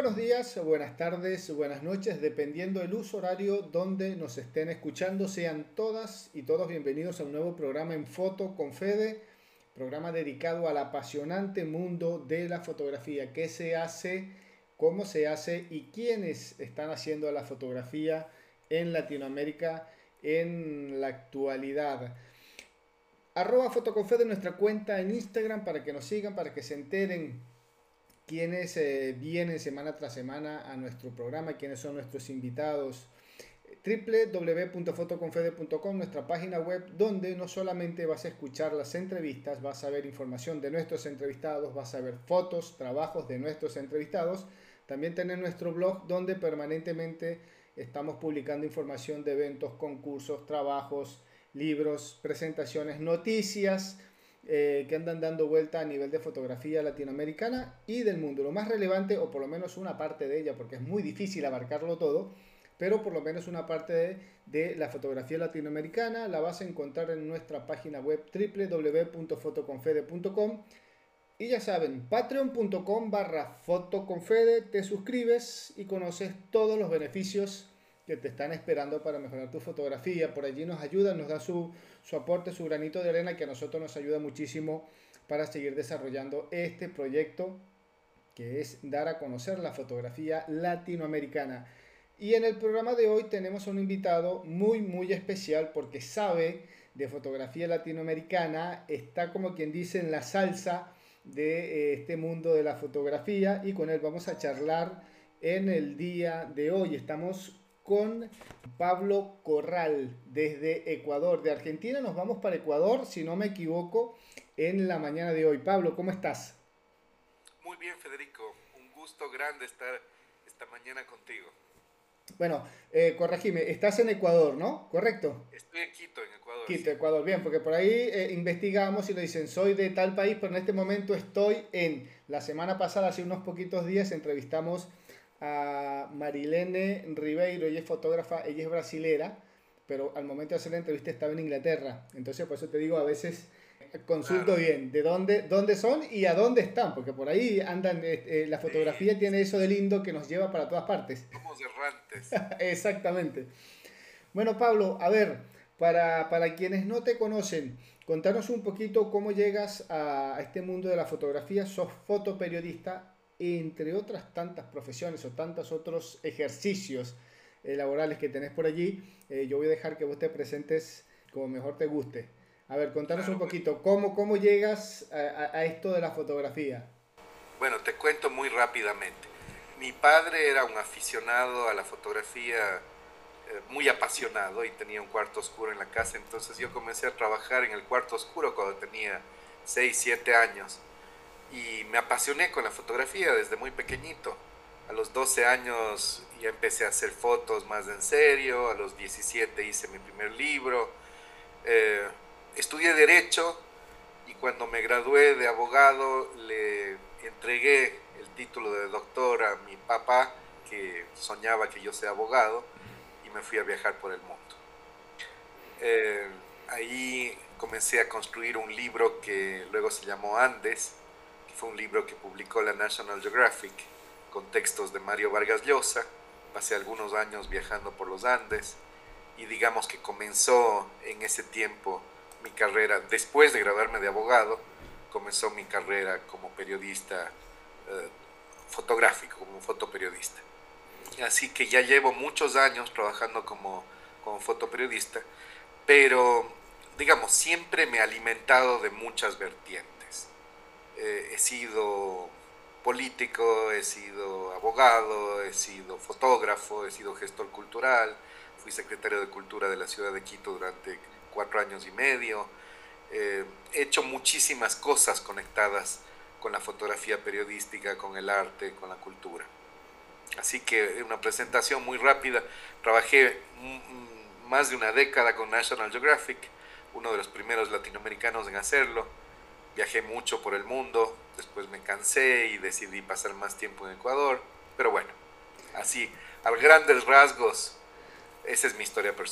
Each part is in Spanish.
buenos días, buenas tardes, buenas noches, dependiendo del uso horario donde nos estén escuchando. Sean todas y todos bienvenidos a un nuevo programa en Foto con Fede, programa dedicado al apasionante mundo de la fotografía. ¿Qué se hace? ¿Cómo se hace? ¿Y quiénes están haciendo la fotografía en Latinoamérica en la actualidad? Arroba Fotoconfede, nuestra cuenta en Instagram, para que nos sigan, para que se enteren quiénes vienen semana tras semana a nuestro programa, quiénes son nuestros invitados. www.fotoconfede.com, nuestra página web, donde no solamente vas a escuchar las entrevistas, vas a ver información de nuestros entrevistados, vas a ver fotos, trabajos de nuestros entrevistados. También tener nuestro blog, donde permanentemente estamos publicando información de eventos, concursos, trabajos, libros, presentaciones, noticias que andan dando vuelta a nivel de fotografía latinoamericana y del mundo. Lo más relevante, o por lo menos una parte de ella, porque es muy difícil abarcarlo todo, pero por lo menos una parte de la fotografía latinoamericana la vas a encontrar en nuestra página web www.fotoconfede.com. Y ya saben, patreon.com/fotoconfede, te suscribes y conoces todos los beneficios que te están esperando para mejorar tu fotografía. Por allí nos ayudan, nos dan su aporte, su granito de arena, que a nosotros nos ayuda muchísimo para seguir desarrollando este proyecto, que es dar a conocer la fotografía latinoamericana. Y en el programa de hoy tenemos a un invitado muy especial, porque sabe de fotografía latinoamericana, está como quien dice en la salsa de este mundo de la fotografía, y con él vamos a charlar en el día de hoy. Estamos con Pablo Corral desde Ecuador. De Argentina nos vamos para Ecuador, si no me equivoco, en la mañana de hoy. Pablo, ¿cómo estás? Muy bien, Federico. Un gusto grande estar esta mañana contigo. Bueno, corregime, estás en Ecuador, ¿no? ¿Correcto? Estoy en Quito, en Ecuador, Quito, sí. Ecuador, bien, porque por ahí investigamos y nos dicen, soy de tal país, pero en este momento estoy en... La semana pasada, hace unos poquitos días, entrevistamos a Marilene Ribeiro. Ella es fotógrafa, ella es brasilera, pero al momento de hacer la entrevista estaba en Inglaterra. Entonces, por eso te digo, a veces consulto Claro, bien de dónde son y a dónde están, porque por ahí andan, la sí, fotografía tiene eso de lindo que nos lleva para todas partes. somos errantes. Exactamente. Bueno, Pablo, a ver, para quienes no te conocen, contanos un poquito cómo llegas a este mundo de la fotografía. Sos fotoperiodista, entre otras tantas profesiones o tantos otros ejercicios laborales que tenés por allí. Yo voy a dejar que vos te presentes como mejor te guste. A ver, contanos un Claro, bueno. poquito, ¿cómo llegas a esto de la fotografía? Bueno, te cuento muy rápidamente. Mi padre era un aficionado a la fotografía, muy apasionado y tenía un cuarto oscuro en la casa, entonces yo comencé a trabajar en el cuarto oscuro cuando tenía 6, 7 años y me apasioné con la fotografía desde muy pequeñito. A los 12 años ya empecé a hacer fotos más en serio, a los 17 hice mi primer libro, eh, estudié derecho y cuando me gradué de abogado le entregué el título de doctor a mi papá, que soñaba que yo sea abogado, y me fui a viajar por el mundo. Eh, Ahí comencé a construir un libro que luego se llamó Andes, que fue un libro que publicó la National Geographic con textos de Mario Vargas Llosa. Pasé algunos años viajando por los Andes y digamos que comenzó en ese tiempo mi carrera, después de graduarme de abogado, comenzó mi carrera como periodista eh, fotográfico, como fotoperiodista. Así que ya llevo muchos años trabajando como fotoperiodista, pero digamos, siempre me he alimentado de muchas vertientes. He sido político, he sido abogado, he sido fotógrafo, he sido gestor cultural, fui secretario de Cultura de la ciudad de Quito durante 4 años y medio. He hecho muchísimas cosas conectadas con la fotografía periodística, con el arte, con la cultura. Así que una presentación muy rápida. Trabajé más de una década con National Geographic, uno de los primeros latinoamericanos en hacerlo. Viajé mucho por el mundo, después me cansé y decidí pasar más tiempo en Ecuador. Pero bueno, así, a grandes rasgos, esa es mi historia personal.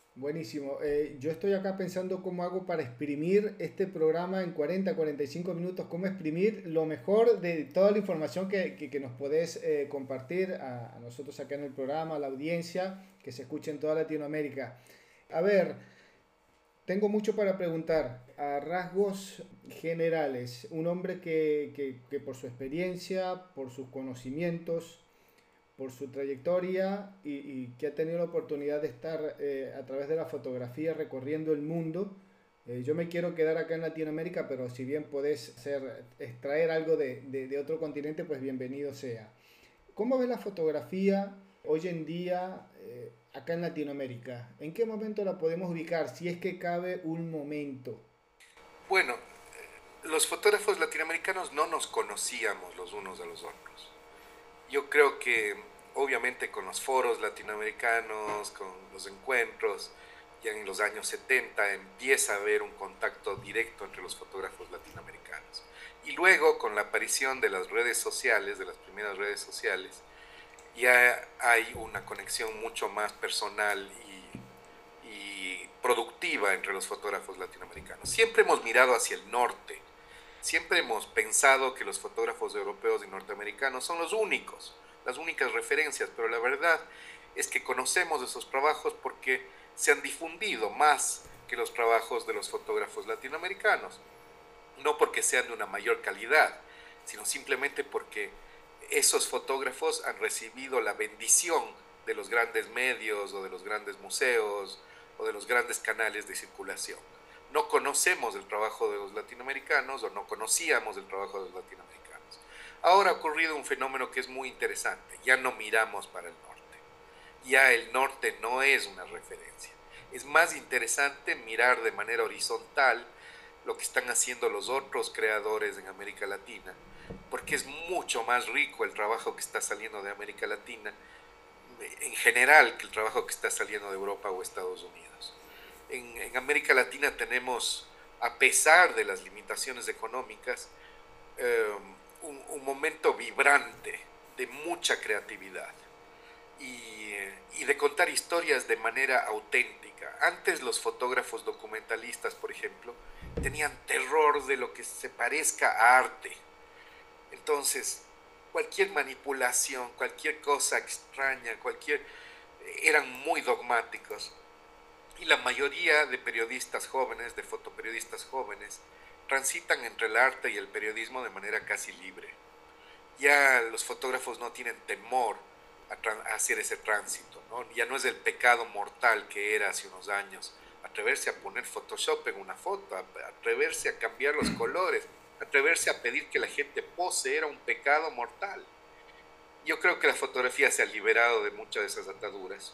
Buenísimo. Yo estoy acá pensando cómo hago para exprimir este programa en 40, 45 minutos, cómo exprimir lo mejor de toda la información que nos podés compartir a nosotros acá en el programa, a la audiencia que se escucha en toda Latinoamérica. A ver, tengo mucho para preguntar. A rasgos generales, un hombre que por su experiencia, por sus conocimientos, por su trayectoria y que ha tenido la oportunidad de estar a través de la fotografía recorriendo el mundo. Yo me quiero quedar acá en Latinoamérica, pero si bien podés extraer algo de otro continente, pues bienvenido sea. ¿Cómo ves la fotografía hoy en día acá en Latinoamérica? ¿En qué momento la podemos ubicar? Si es que cabe un momento. Bueno, los fotógrafos latinoamericanos no nos conocíamos los unos a los otros. Yo creo que obviamente con los foros latinoamericanos, con los encuentros, ya en los años 70 empieza a haber un contacto directo entre los fotógrafos latinoamericanos. Y luego con la aparición de las redes sociales, de las primeras redes sociales, ya hay una conexión mucho más personal y productiva entre los fotógrafos latinoamericanos. Siempre hemos mirado hacia el norte, siempre hemos pensado que los fotógrafos europeos y norteamericanos son los únicos, las únicas referencias, pero la verdad es que conocemos esos trabajos porque se han difundido más que los trabajos de los fotógrafos latinoamericanos, no porque sean de una mayor calidad, sino simplemente porque esos fotógrafos han recibido la bendición de los grandes medios o de los grandes museos o de los grandes canales de circulación. No conocemos el trabajo de los latinoamericanos o no conocíamos el trabajo de los latinoamericanos. Ahora ha ocurrido un fenómeno que es muy interesante. Ya no miramos para el norte. Ya el norte no es una referencia. Es más interesante mirar de manera horizontal lo que están haciendo los otros creadores en América Latina, porque es mucho más rico el trabajo que está saliendo de América Latina en general que el trabajo que está saliendo de Europa o Estados Unidos. En América Latina tenemos, a pesar de las limitaciones económicas, un momento vibrante de mucha creatividad y de contar historias de manera auténtica. Antes los fotógrafos documentalistas, por ejemplo, tenían terror de lo que se parezca a arte. Entonces, cualquier manipulación, cualquier cosa extraña, eran muy dogmáticos. Y la mayoría de periodistas jóvenes, de fotoperiodistas jóvenes, transitan entre el arte y el periodismo de manera casi libre. Ya los fotógrafos no tienen temor a hacer ese tránsito, ¿no? Ya no es el pecado mortal que era hace unos años, atreverse a poner Photoshop en una foto, atreverse a cambiar los colores, atreverse a pedir que la gente pose era un pecado mortal. Yo creo que la fotografía se ha liberado de muchas de esas ataduras.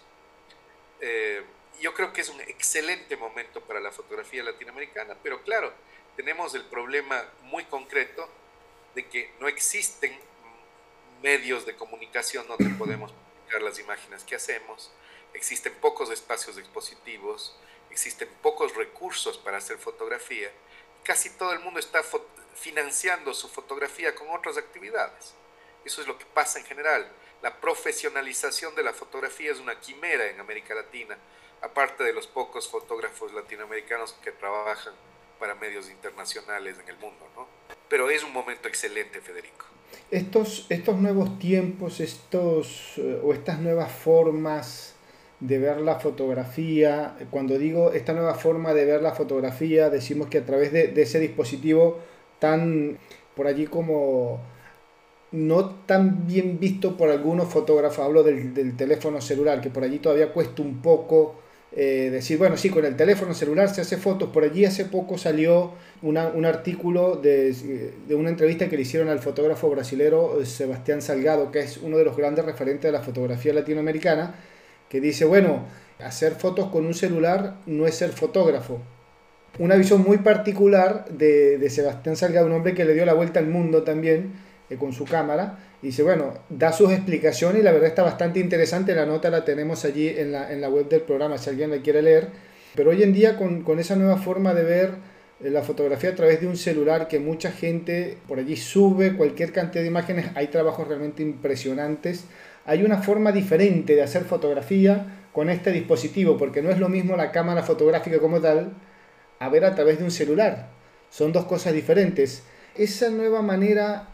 Yo creo que es un excelente momento para la fotografía latinoamericana, pero claro, tenemos el problema muy concreto de que no existen medios de comunicación donde podemos publicar las imágenes que hacemos, existen pocos espacios expositivos, existen pocos recursos para hacer fotografía, casi todo el mundo está financiando su fotografía con otras actividades. Eso es lo que pasa en general. La profesionalización de la fotografía es una quimera en América Latina, aparte de los pocos fotógrafos latinoamericanos que trabajan para medios internacionales en el mundo, ¿no? Pero es un momento excelente, Federico. Estos nuevos tiempos, o estas nuevas formas de ver la fotografía, cuando digo esta nueva forma de ver la fotografía, decimos que a través de ese dispositivo tan, por allí como no tan bien visto por algunos fotógrafos, hablo del teléfono celular, que por allí todavía cuesta un poco decir, bueno, sí, con el teléfono celular se hace fotos. Por allí hace poco salió un artículo de una entrevista que le hicieron al fotógrafo brasilero Sebastián Salgado, que es uno de los grandes referentes de la fotografía latinoamericana, que dice, bueno, hacer fotos con un celular no es ser fotógrafo. Una visión muy particular de Sebastián Salgado, un hombre que le dio la vuelta al mundo también con su cámara. Y dice, bueno, da sus explicaciones y la verdad está bastante interesante. La nota la tenemos allí en la web del programa si alguien la quiere leer. Pero hoy en día con esa nueva forma de ver la fotografía a través de un celular, que mucha gente por allí sube cualquier cantidad de imágenes, hay trabajos realmente impresionantes. Hay una forma diferente de hacer fotografía con este dispositivo, porque no es lo mismo la cámara fotográfica como tal a ver a través de un celular. Son dos cosas diferentes. Esa nueva manera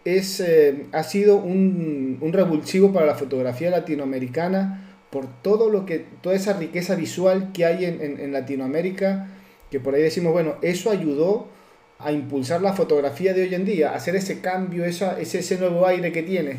ha sido un revulsivo para la fotografía latinoamericana por toda esa riqueza visual que hay en Latinoamérica, que por ahí decimos, bueno, eso ayudó a impulsar la fotografía de hoy en día, a hacer ese cambio, ese nuevo aire que tiene.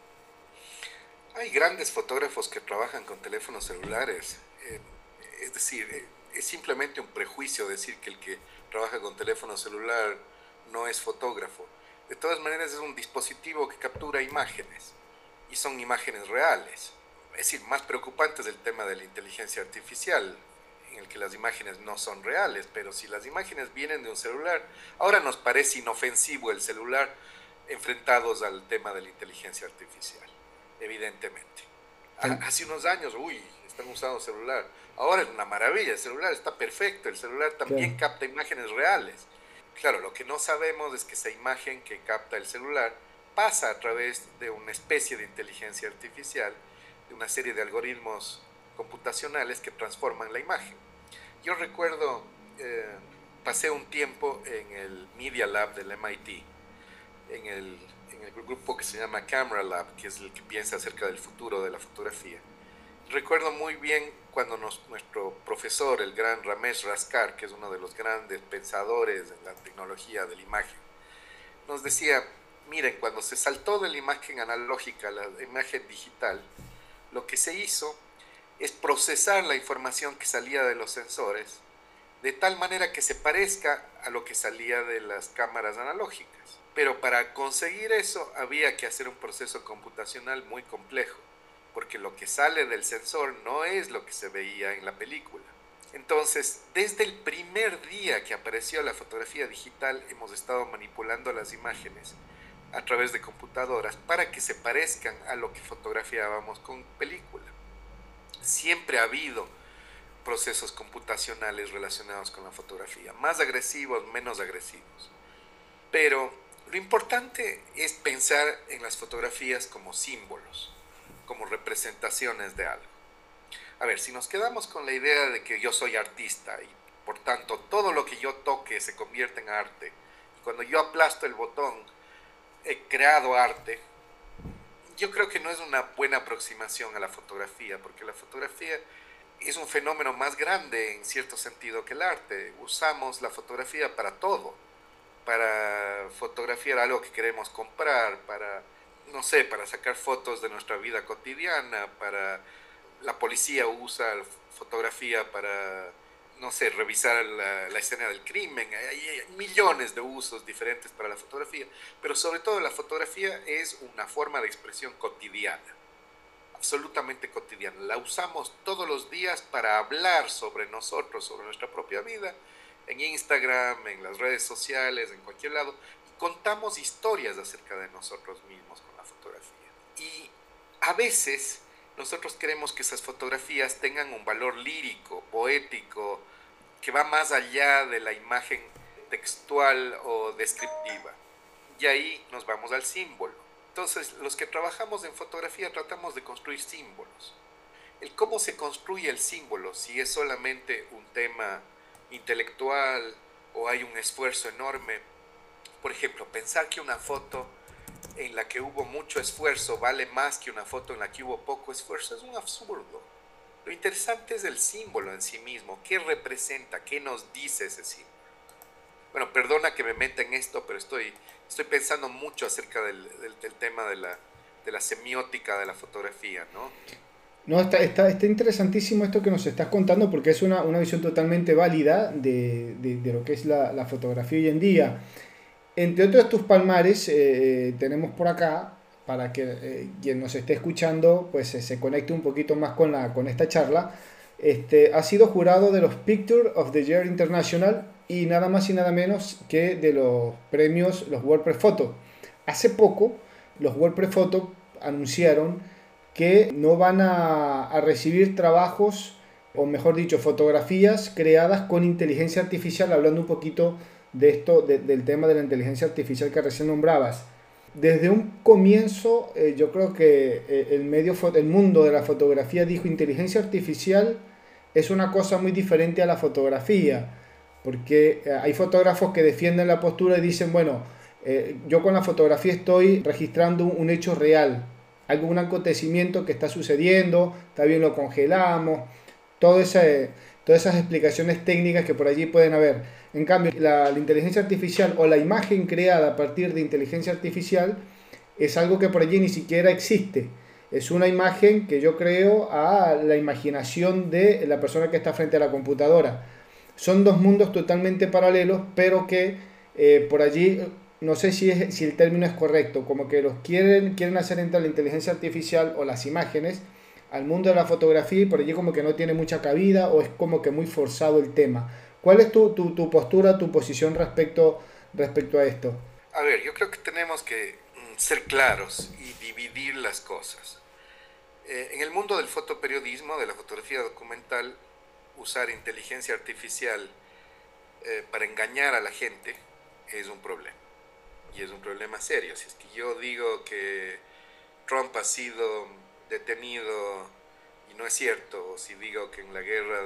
Hay grandes fotógrafos que trabajan con teléfonos celulares. Es decir, es simplemente un prejuicio decir que el que trabaja con teléfono celular no es fotógrafo. De todas maneras, es un dispositivo que captura imágenes y son imágenes reales. Es decir, más preocupante es el tema de la inteligencia artificial, en el que las imágenes no son reales, pero si las imágenes vienen de un celular, ahora nos parece inofensivo el celular enfrentados al tema de la inteligencia artificial, evidentemente. Hace unos años, están usando celular. Ahora es una maravilla, el celular está perfecto, el celular también capta imágenes reales. Claro, lo que no sabemos es que esa imagen que capta el celular pasa a través de una especie de inteligencia artificial, de una serie de algoritmos computacionales que transforman la imagen. Yo recuerdo, pasé un tiempo en el Media Lab del MIT, en el grupo que se llama Camera Lab, que es el que piensa acerca del futuro de la fotografía. Recuerdo muy bien cuando nuestro profesor, el gran Ramesh Raskar, que es uno de los grandes pensadores en la tecnología de la imagen, nos decía, miren, cuando se saltó de la imagen analógica a la imagen digital, lo que se hizo es procesar la información que salía de los sensores de tal manera que se parezca a lo que salía de las cámaras analógicas. Pero para conseguir eso había que hacer un proceso computacional muy complejo, porque lo que sale del sensor no es lo que se veía en la película. Entonces, desde el primer día que apareció la fotografía digital, hemos estado manipulando las imágenes a través de computadoras para que se parezcan a lo que fotografiábamos con película. Siempre ha habido procesos computacionales relacionados con la fotografía, más agresivos, menos agresivos. Pero lo importante es pensar en las fotografías como símbolos, como representaciones de algo. A ver, si nos quedamos con la idea de que yo soy artista y por tanto todo lo que yo toque se convierte en arte, y cuando yo aplasto el botón he creado arte, yo creo que no es una buena aproximación a la fotografía, porque la fotografía es un fenómeno más grande en cierto sentido que el arte. Usamos la fotografía para todo, para fotografiar algo que queremos comprar, para, no sé, para sacar fotos de nuestra vida cotidiana, para la policía usa fotografía para, no sé, revisar la escena del crimen. Hay millones de usos diferentes para la fotografía, pero sobre todo la fotografía es una forma de expresión cotidiana, absolutamente cotidiana. La usamos todos los días para hablar sobre nosotros, sobre nuestra propia vida, en Instagram, en las redes sociales, en cualquier lado, y contamos historias acerca de nosotros mismos con la fotografía. Y a veces nosotros queremos que esas fotografías tengan un valor lírico, poético, que va más allá de la imagen textual o descriptiva. Y ahí nos vamos al símbolo. Entonces, los que trabajamos en fotografía tratamos de construir símbolos. El cómo se construye el símbolo, si es solamente un tema intelectual o hay un esfuerzo enorme. Por ejemplo, pensar que una foto en la que hubo mucho esfuerzo vale más que una foto en la que hubo poco esfuerzo es un absurdo. Lo interesante es el símbolo en sí mismo. ¿Qué representa? ¿Qué nos dice ese símbolo? Bueno, perdona que me meta en esto, pero estoy pensando mucho acerca del tema de la semiótica de la fotografía, ¿no? No, está interesantísimo esto que nos estás contando, porque es una visión totalmente válida de lo que es la fotografía hoy en día. Entre otros tus palmares, tenemos por acá, para que quien nos esté escuchando pues se conecte un poquito más con esta charla. Ha sido jurado de los Picture of the Year International y nada más y nada menos que de los premios, los WordPress Photo. Hace poco los WordPress Photo anunciaron que no van a recibir trabajos, o mejor dicho, fotografías creadas con inteligencia artificial, hablando un poquito de esto, del tema de la inteligencia artificial que recién nombrabas. desde un comienzo, yo creo que el mundo de la fotografía dijo inteligencia artificial es una cosa muy diferente a la fotografía, porque hay fotógrafos que defienden la postura y dicen, bueno, yo con la fotografía estoy registrando un hecho real, algún acontecimiento que está sucediendo, está bien, lo congelamos, todo ese, todas esas explicaciones técnicas que por allí pueden haber. En cambio, la inteligencia artificial o la imagen creada a partir de inteligencia artificial es algo que por allí ni siquiera existe. Es una imagen que yo creo a la imaginación de la persona que está frente a la computadora. Son dos mundos totalmente paralelos, pero que por allí, no sé si el término es correcto, como que los quieren hacer entrar la inteligencia artificial o las imágenes al mundo de la fotografía y por allí como que no tiene mucha cabida o es como que muy forzado el tema. ¿Cuál es tu postura, tu posición respecto a esto? A ver, yo creo que tenemos que ser claros y dividir las cosas. En el mundo del fotoperiodismo, de la fotografía documental, usar inteligencia artificial para engañar a la gente es un problema. Y es un problema serio. Si es que yo digo que Trump ha sido detenido y no es cierto, o si digo que en la guerra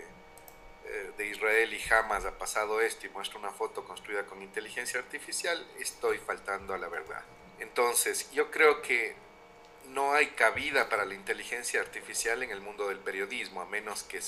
de Israel y Hamas ha pasado esto y muestro una foto construida con inteligencia artificial, estoy faltando a la verdad. Entonces, yo creo que no hay cabida para la inteligencia artificial en el mundo del periodismo, a menos que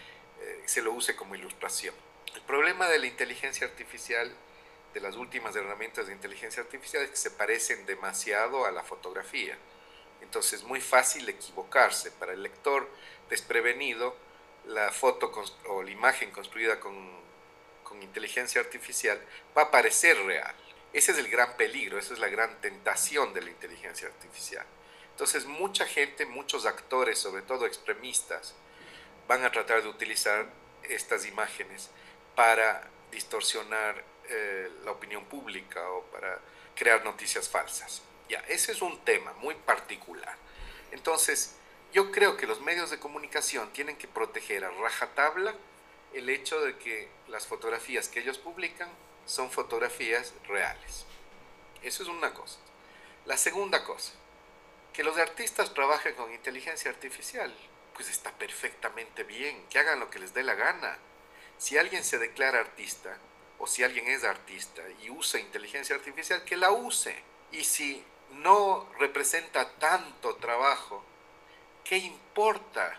se lo use como ilustración. El problema de la inteligencia artificial, de las últimas herramientas de inteligencia artificial, es que se parecen demasiado a la fotografía. Entonces es muy fácil equivocarse. Para el lector desprevenido, la foto o la imagen construida con inteligencia artificial va a parecer real. Ese es el gran peligro, esa es la gran tentación de la inteligencia artificial. Entonces mucha gente, muchos actores, sobre todo extremistas, van a tratar de utilizar estas imágenes para distorsionar la opinión pública o para crear noticias falsas. Ya, ese es un tema muy particular. Entonces, yo creo que los medios de comunicación tienen que proteger a rajatabla el hecho de que las fotografías que ellos publican son fotografías reales. Eso es una cosa. La segunda cosa, que los artistas trabajen con inteligencia artificial, pues está perfectamente bien, que hagan lo que les dé la gana. Si alguien se declara artista, o si alguien es artista y usa inteligencia artificial, que la use. Y si no representa tanto trabajo, ¿qué importa?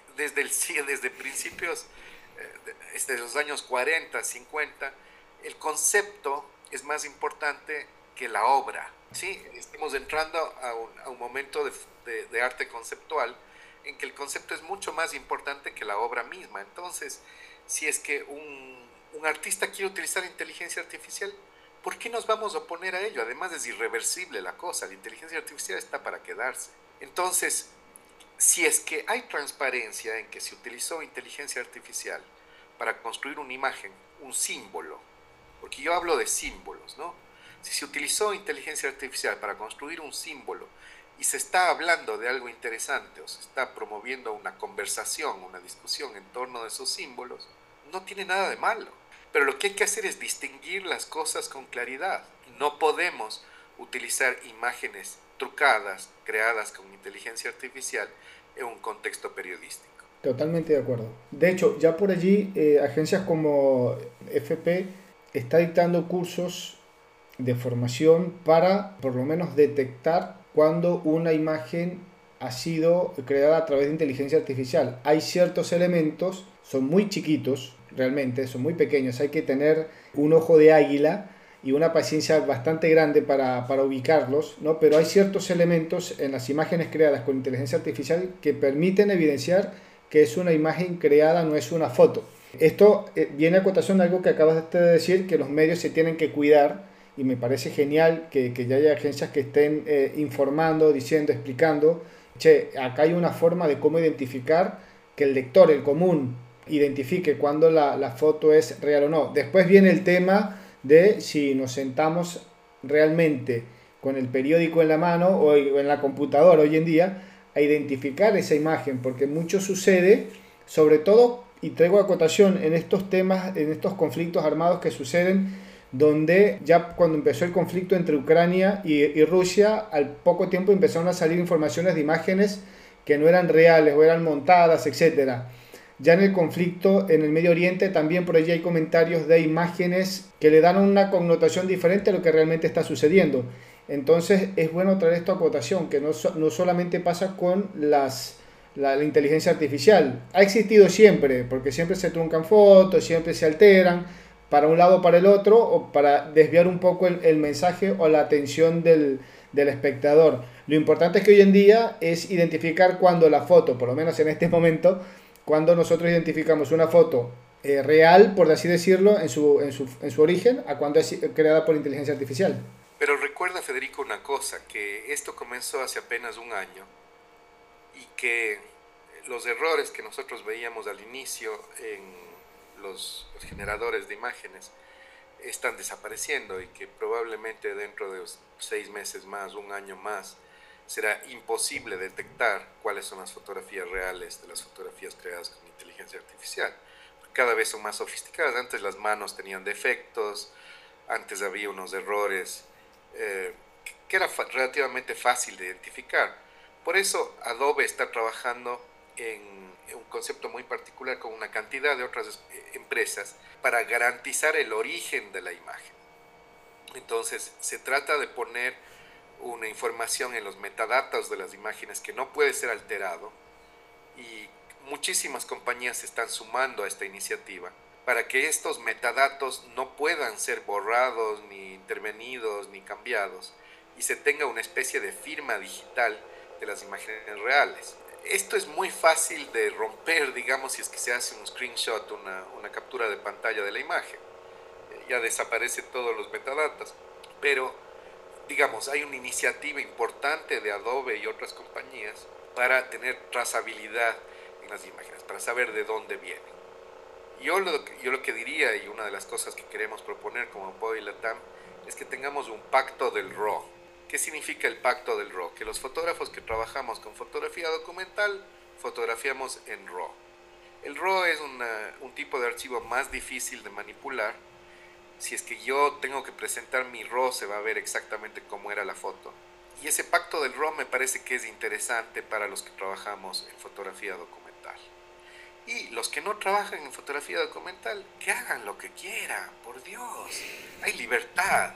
Desde principios, desde los años 40, 50, el concepto es más importante que la obra. ¿Sí? Estamos entrando a un momento de arte conceptual en que el concepto es mucho más importante que la obra misma. Entonces, si es que un artista quiere utilizar inteligencia artificial, ¿por qué nos vamos a oponer a ello? Además es irreversible la cosa, la inteligencia artificial está para quedarse. Entonces, si es que hay transparencia en que se utilizó inteligencia artificial para construir una imagen, un símbolo, porque yo hablo de símbolos, ¿no? Si se utilizó inteligencia artificial para construir un símbolo y se está hablando de algo interesante o se está promoviendo una conversación, una discusión en torno de esos símbolos, no tiene nada de malo. Pero lo que hay que hacer es distinguir las cosas con claridad. No podemos utilizar imágenes trucadas, creadas con inteligencia artificial, en un contexto periodístico. Totalmente de acuerdo. De hecho, ya por allí agencias como FP está dictando cursos de formación para por lo menos detectar cuando una imagen ha sido creada a través de inteligencia artificial. Hay ciertos elementos, son muy chiquitos, realmente, son muy pequeños, hay que tener un ojo de águila y una paciencia bastante grande para ubicarlos, ¿no? Pero hay ciertos elementos en las imágenes creadas con inteligencia artificial que permiten evidenciar que es una imagen creada, no es una foto. Esto viene a cotación de algo que acabas de decir, que los medios se tienen que cuidar, y me parece genial que ya haya agencias que estén informando, diciendo, explicando, che, acá hay una forma de cómo identificar que el lector, el común, identifique cuando la foto es real o no. Después viene el tema de si nos sentamos realmente con el periódico en la mano o en la computadora hoy en día a identificar esa imagen, porque mucho sucede, sobre todo, y traigo acotación en estos temas, en estos conflictos armados que suceden donde ya cuando empezó el conflicto entre Ucrania y Rusia, al poco tiempo empezaron a salir informaciones de imágenes que no eran reales o eran montadas, etcétera. Ya en el conflicto en el Medio Oriente también por allí hay comentarios de imágenes que le dan una connotación diferente a lo que realmente está sucediendo. Entonces es bueno traer esto a acotación, que no solamente pasa con la inteligencia artificial. Ha existido siempre, porque siempre se truncan fotos, siempre se alteran para un lado o para el otro, o para desviar un poco el mensaje o la atención del espectador. Lo importante es que hoy en día es identificar cuando la foto, por lo menos en este momento, cuando nosotros identificamos una foto real, por así decirlo, en su origen, a cuando es creada por inteligencia artificial. Pero recuerda, Federico, una cosa, que esto comenzó hace apenas un año y que los errores que nosotros veíamos al inicio en los generadores de imágenes están desapareciendo y que probablemente dentro de 6 meses más, un año más, será imposible detectar cuáles son las fotografías reales de las fotografías creadas con inteligencia artificial. Cada vez son más sofisticadas. Antes las manos tenían defectos, antes había unos errores que era relativamente fácil de identificar. Por eso Adobe está trabajando en un concepto muy particular con una cantidad de otras empresas para garantizar el origen de la imagen. Entonces se trata de poner una información en los metadatos de las imágenes que no puede ser alterado, y muchísimas compañías se están sumando a esta iniciativa para que estos metadatos no puedan ser borrados, ni intervenidos, ni cambiados, y se tenga una especie de firma digital de las imágenes reales. Esto es muy fácil de romper, digamos, si es que se hace un screenshot, una captura de pantalla de la imagen. Ya desaparecen todos los metadatos, pero digamos, hay una iniciativa importante de Adobe y otras compañías para tener trazabilidad en las imágenes, para saber de dónde vienen. Yo lo que diría, y una de las cosas que queremos proponer como Apoyo Latam, es que tengamos un pacto del RAW. ¿Qué significa el pacto del RAW? Que los fotógrafos que trabajamos con fotografía documental, fotografiamos en RAW. El RAW es un tipo de archivo más difícil de manipular. Si es que yo tengo que presentar mi RAW, se va a ver exactamente cómo era la foto. Y ese pacto del RAW me parece que es interesante para los que trabajamos en fotografía documental. Y los que no trabajan en fotografía documental, que hagan lo que quieran, por Dios. Hay libertad,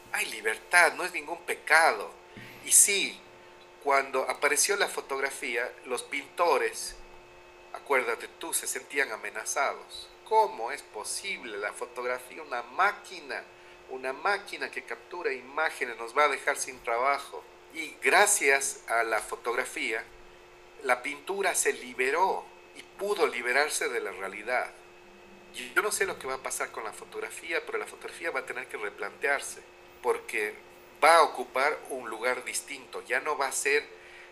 no es ningún pecado. Y sí, cuando apareció la fotografía, los pintores, acuérdate tú, se sentían amenazados. ¿Cómo es posible? La fotografía, una máquina que captura imágenes nos va a dejar sin trabajo. Y gracias a la fotografía, la pintura se liberó y pudo liberarse de la realidad. Yo no sé lo que va a pasar con la fotografía, pero la fotografía va a tener que replantearse, porque va a ocupar un lugar distinto. Ya no va a ser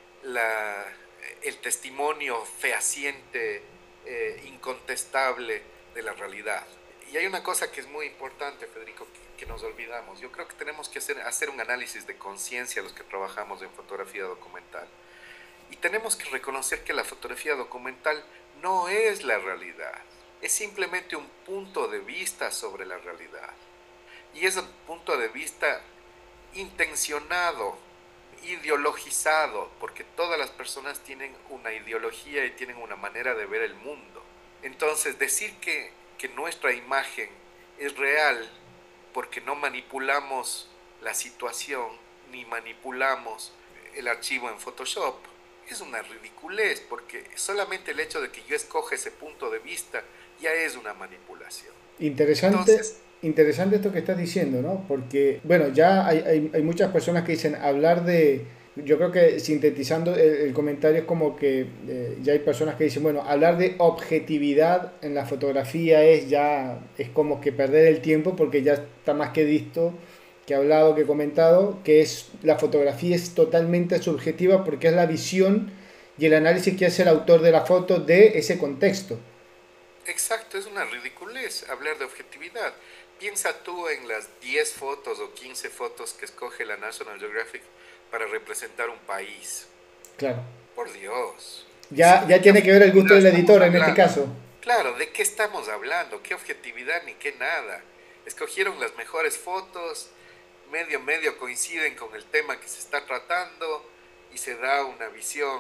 el testimonio fehaciente, incontestable de la realidad. Y hay una cosa que es muy importante, Federico, que nos olvidamos. Yo creo que tenemos que hacer un análisis de conciencia los que trabajamos en fotografía documental. Y tenemos que reconocer que la fotografía documental no es la realidad. Es simplemente un punto de vista sobre la realidad. Y es un punto de vista intencionado, ideologizado, porque todas las personas tienen una ideología y tienen una manera de ver el mundo. Entonces, decir que nuestra imagen es real porque no manipulamos la situación ni manipulamos el archivo en Photoshop es una ridiculez, porque solamente el hecho de que yo escoja ese punto de vista ya es una manipulación. Interesante esto que estás diciendo, ¿no? Porque, bueno, ya hay muchas personas que dicen hablar de... Yo creo que sintetizando el comentario es como que ya hay personas que dicen, bueno, hablar de objetividad en la fotografía es como que perder el tiempo, porque ya está más que visto, que hablado, que comentado, que la fotografía es totalmente subjetiva porque es la visión y el análisis que hace el autor de la foto de ese contexto. Exacto, es una ridiculez hablar de objetividad. Piensa tú en las 10 fotos o 15 fotos que escoge la National Geographic para representar un país. Claro. Por Dios. Ya tiene que ver el gusto del editor en este caso. Claro, ¿de qué estamos hablando? ¿Qué objetividad ni qué nada? escogieron las mejores fotos, medio coinciden con el tema que se está tratando y se da una visión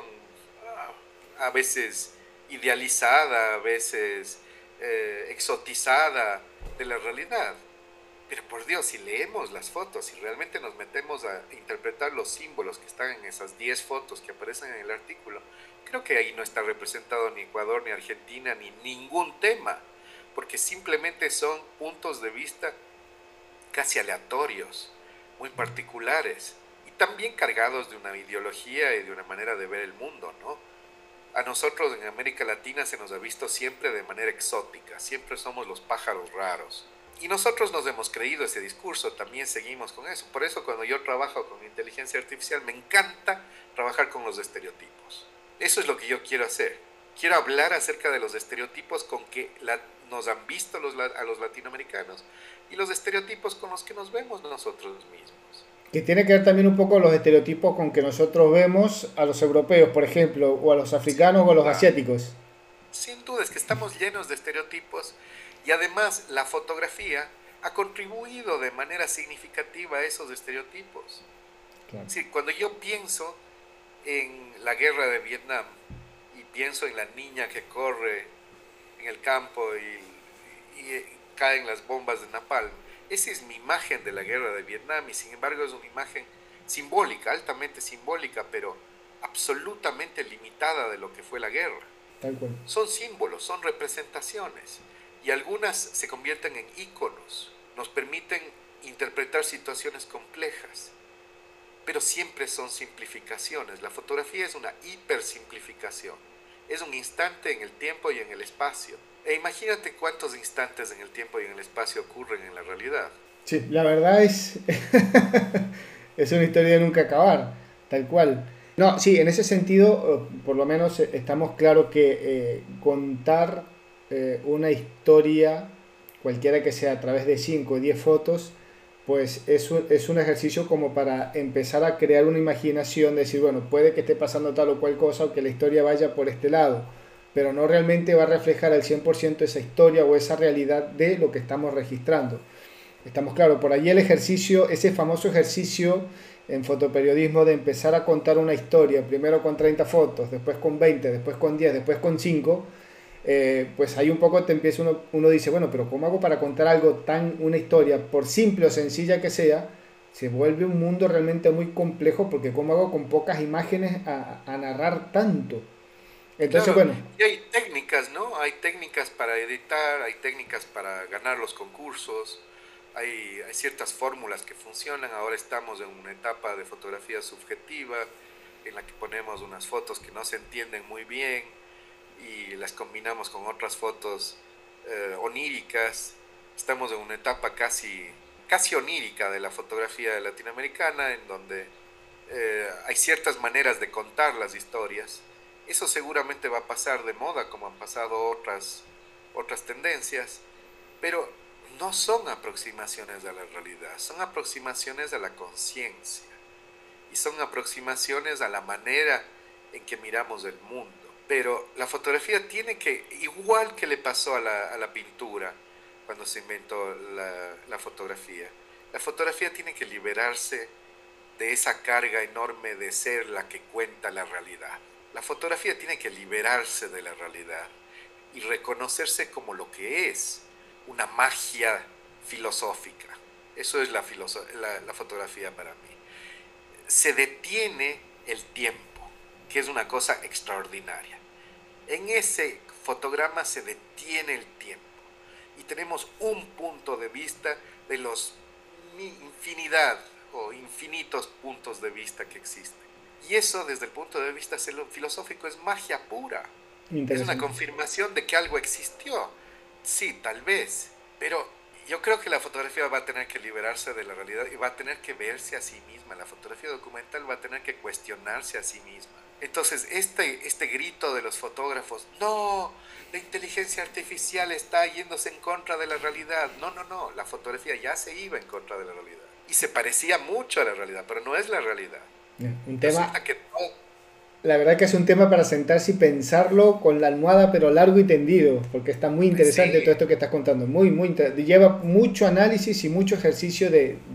a veces idealizada, a veces exotizada de la realidad. Pero por Dios, si leemos las fotos, si realmente nos metemos a interpretar los símbolos que están en esas 10 fotos que aparecen en el artículo, creo que ahí no está representado ni Ecuador, ni Argentina, ni ningún tema, porque simplemente son puntos de vista casi aleatorios, muy particulares, y también cargados de una ideología y de una manera de ver el mundo, ¿no? A nosotros en América Latina se nos ha visto siempre de manera exótica, siempre somos los pájaros raros. Y nosotros nos hemos creído ese discurso, también seguimos con eso. Por eso cuando yo trabajo con inteligencia artificial me encanta trabajar con los estereotipos. Eso es lo que yo quiero hacer. Quiero hablar acerca de los estereotipos con que nos han visto a los latinoamericanos y los estereotipos con los que nos vemos nosotros mismos. Que tiene que ver también un poco los estereotipos con que nosotros vemos a los europeos, por ejemplo, o a los africanos o a los asiáticos. Sin duda, es que estamos llenos de estereotipos y además la fotografía ha contribuido de manera significativa a esos estereotipos. Claro. Sí, cuando yo pienso en la guerra de Vietnam y pienso en la niña que corre en el campo y caen las bombas de napalm, esa es mi imagen de la guerra de Vietnam y sin embargo es una imagen simbólica, altamente simbólica, pero absolutamente limitada de lo que fue la guerra. Tal cual. Son símbolos, son representaciones y algunas se convierten en íconos, nos permiten interpretar situaciones complejas, pero siempre son simplificaciones. La fotografía es una hipersimplificación, es un instante en el tiempo y en el espacio. E imagínate cuántos instantes en el tiempo y en el espacio ocurren en la realidad. Sí, la verdad es, es una historia de nunca acabar, tal cual. No, sí, en ese sentido, por lo menos estamos claros que contar una historia, cualquiera que sea a través de 5 o 10 fotos, pues es un ejercicio como para empezar a crear una imaginación, de decir, bueno, puede que esté pasando tal o cual cosa o que la historia vaya por este lado, pero no realmente va a reflejar al 100% esa historia o esa realidad de lo que estamos registrando. Estamos claros, por allí el ejercicio, ese famoso ejercicio en fotoperiodismo de empezar a contar una historia, primero con 30 fotos, después con 20, después con 10, después con 5, pues ahí un poco te empieza uno dice, bueno, pero ¿cómo hago para contar algo una historia, por simple o sencilla que sea, se vuelve un mundo realmente muy complejo, porque ¿cómo hago con pocas imágenes a narrar tanto? Entonces, Claro, bueno, y hay técnicas, ¿no? Hay técnicas para editar, hay técnicas para ganar los concursos, hay ciertas fórmulas que funcionan. Ahora estamos en una etapa de fotografía subjetiva en la que ponemos unas fotos que no se entienden muy bien y las combinamos con otras fotos oníricas. Estamos en una etapa casi onírica de la fotografía latinoamericana en donde hay ciertas maneras de contar las historias. Eso seguramente va a pasar de moda como han pasado otras tendencias, pero no son aproximaciones a la realidad, son aproximaciones a la conciencia y son aproximaciones a la manera en que miramos el mundo. Pero la fotografía tiene que, igual que le pasó a la pintura cuando se inventó la fotografía tiene que liberarse de esa carga enorme de ser la que cuenta la realidad. La fotografía tiene que liberarse de la realidad y reconocerse como lo que es, una magia filosófica. Eso es la fotografía para mí. Se detiene el tiempo, que es una cosa extraordinaria. En ese fotograma se detiene el tiempo y tenemos un punto de vista de los infinidad o infinitos puntos de vista que existen. Y eso desde el punto de vista filosófico es magia pura. Es una confirmación de que algo existió. Sí, tal vez, pero yo creo que la fotografía va a tener que liberarse de la realidad y va a tener que verse a sí misma. La fotografía documental va a tener que cuestionarse a sí misma. Entonces, este grito de los fotógrafos, no, la inteligencia artificial está yéndose en contra de la realidad. No, la fotografía ya se iba en contra de la realidad. Y se parecía mucho a la realidad, pero no es la realidad. un tema, Resulta que no. La verdad que es un tema para sentarse y pensarlo con la almohada, pero largo y tendido, porque está muy interesante todo Sí, esto que estás contando. Lleva mucho análisis y mucho ejercicio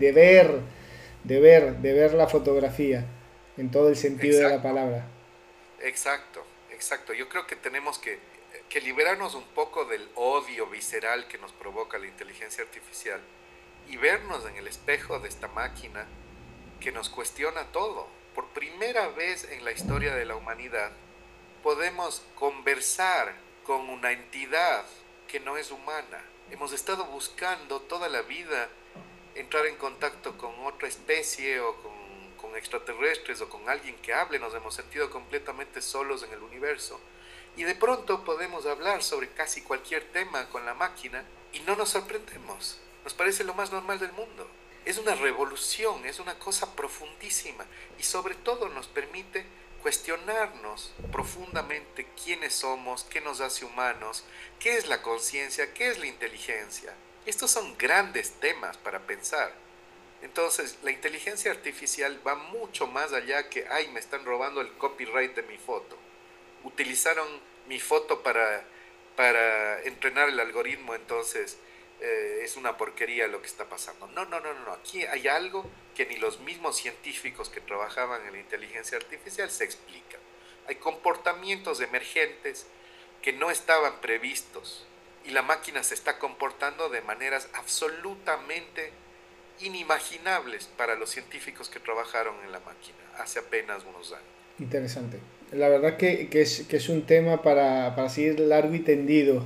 de ver la fotografía en todo el sentido de la exacto, palabra. exacto, exacto. Yo creo que tenemos que liberarnos un poco del odio visceral que nos provoca la inteligencia artificial y vernos en el espejo de esta máquina que nos cuestiona todo. Por primera vez en la historia de la humanidad podemos conversar con una entidad que no es humana. Hemos estado buscando toda la vida entrar en contacto con otra especie o con extraterrestres o con alguien que hable, nos hemos sentido completamente solos en el universo. Y de pronto podemos hablar sobre casi cualquier tema con la máquina y no nos sorprendemos. Nos parece lo más normal del mundo. Es una revolución, es una cosa profundísima y sobre todo nos permite cuestionarnos profundamente quiénes somos, qué nos hace humanos, qué es la conciencia, qué es la inteligencia. Estos son grandes temas para pensar. Entonces, la inteligencia artificial va mucho más allá que, ay, me están robando el copyright de mi foto. Utilizaron mi foto para entrenar el algoritmo, entonces es una porquería lo que está pasando. No, no, no, no. Aquí hay algo que ni los mismos científicos que trabajaban en la inteligencia artificial se explican. Hay comportamientos emergentes que no estaban previstos y la máquina se está comportando de maneras absolutamente inimaginables para los científicos que trabajaron en la máquina hace apenas unos años. Interesante. La verdad que es un tema para seguir largo y tendido.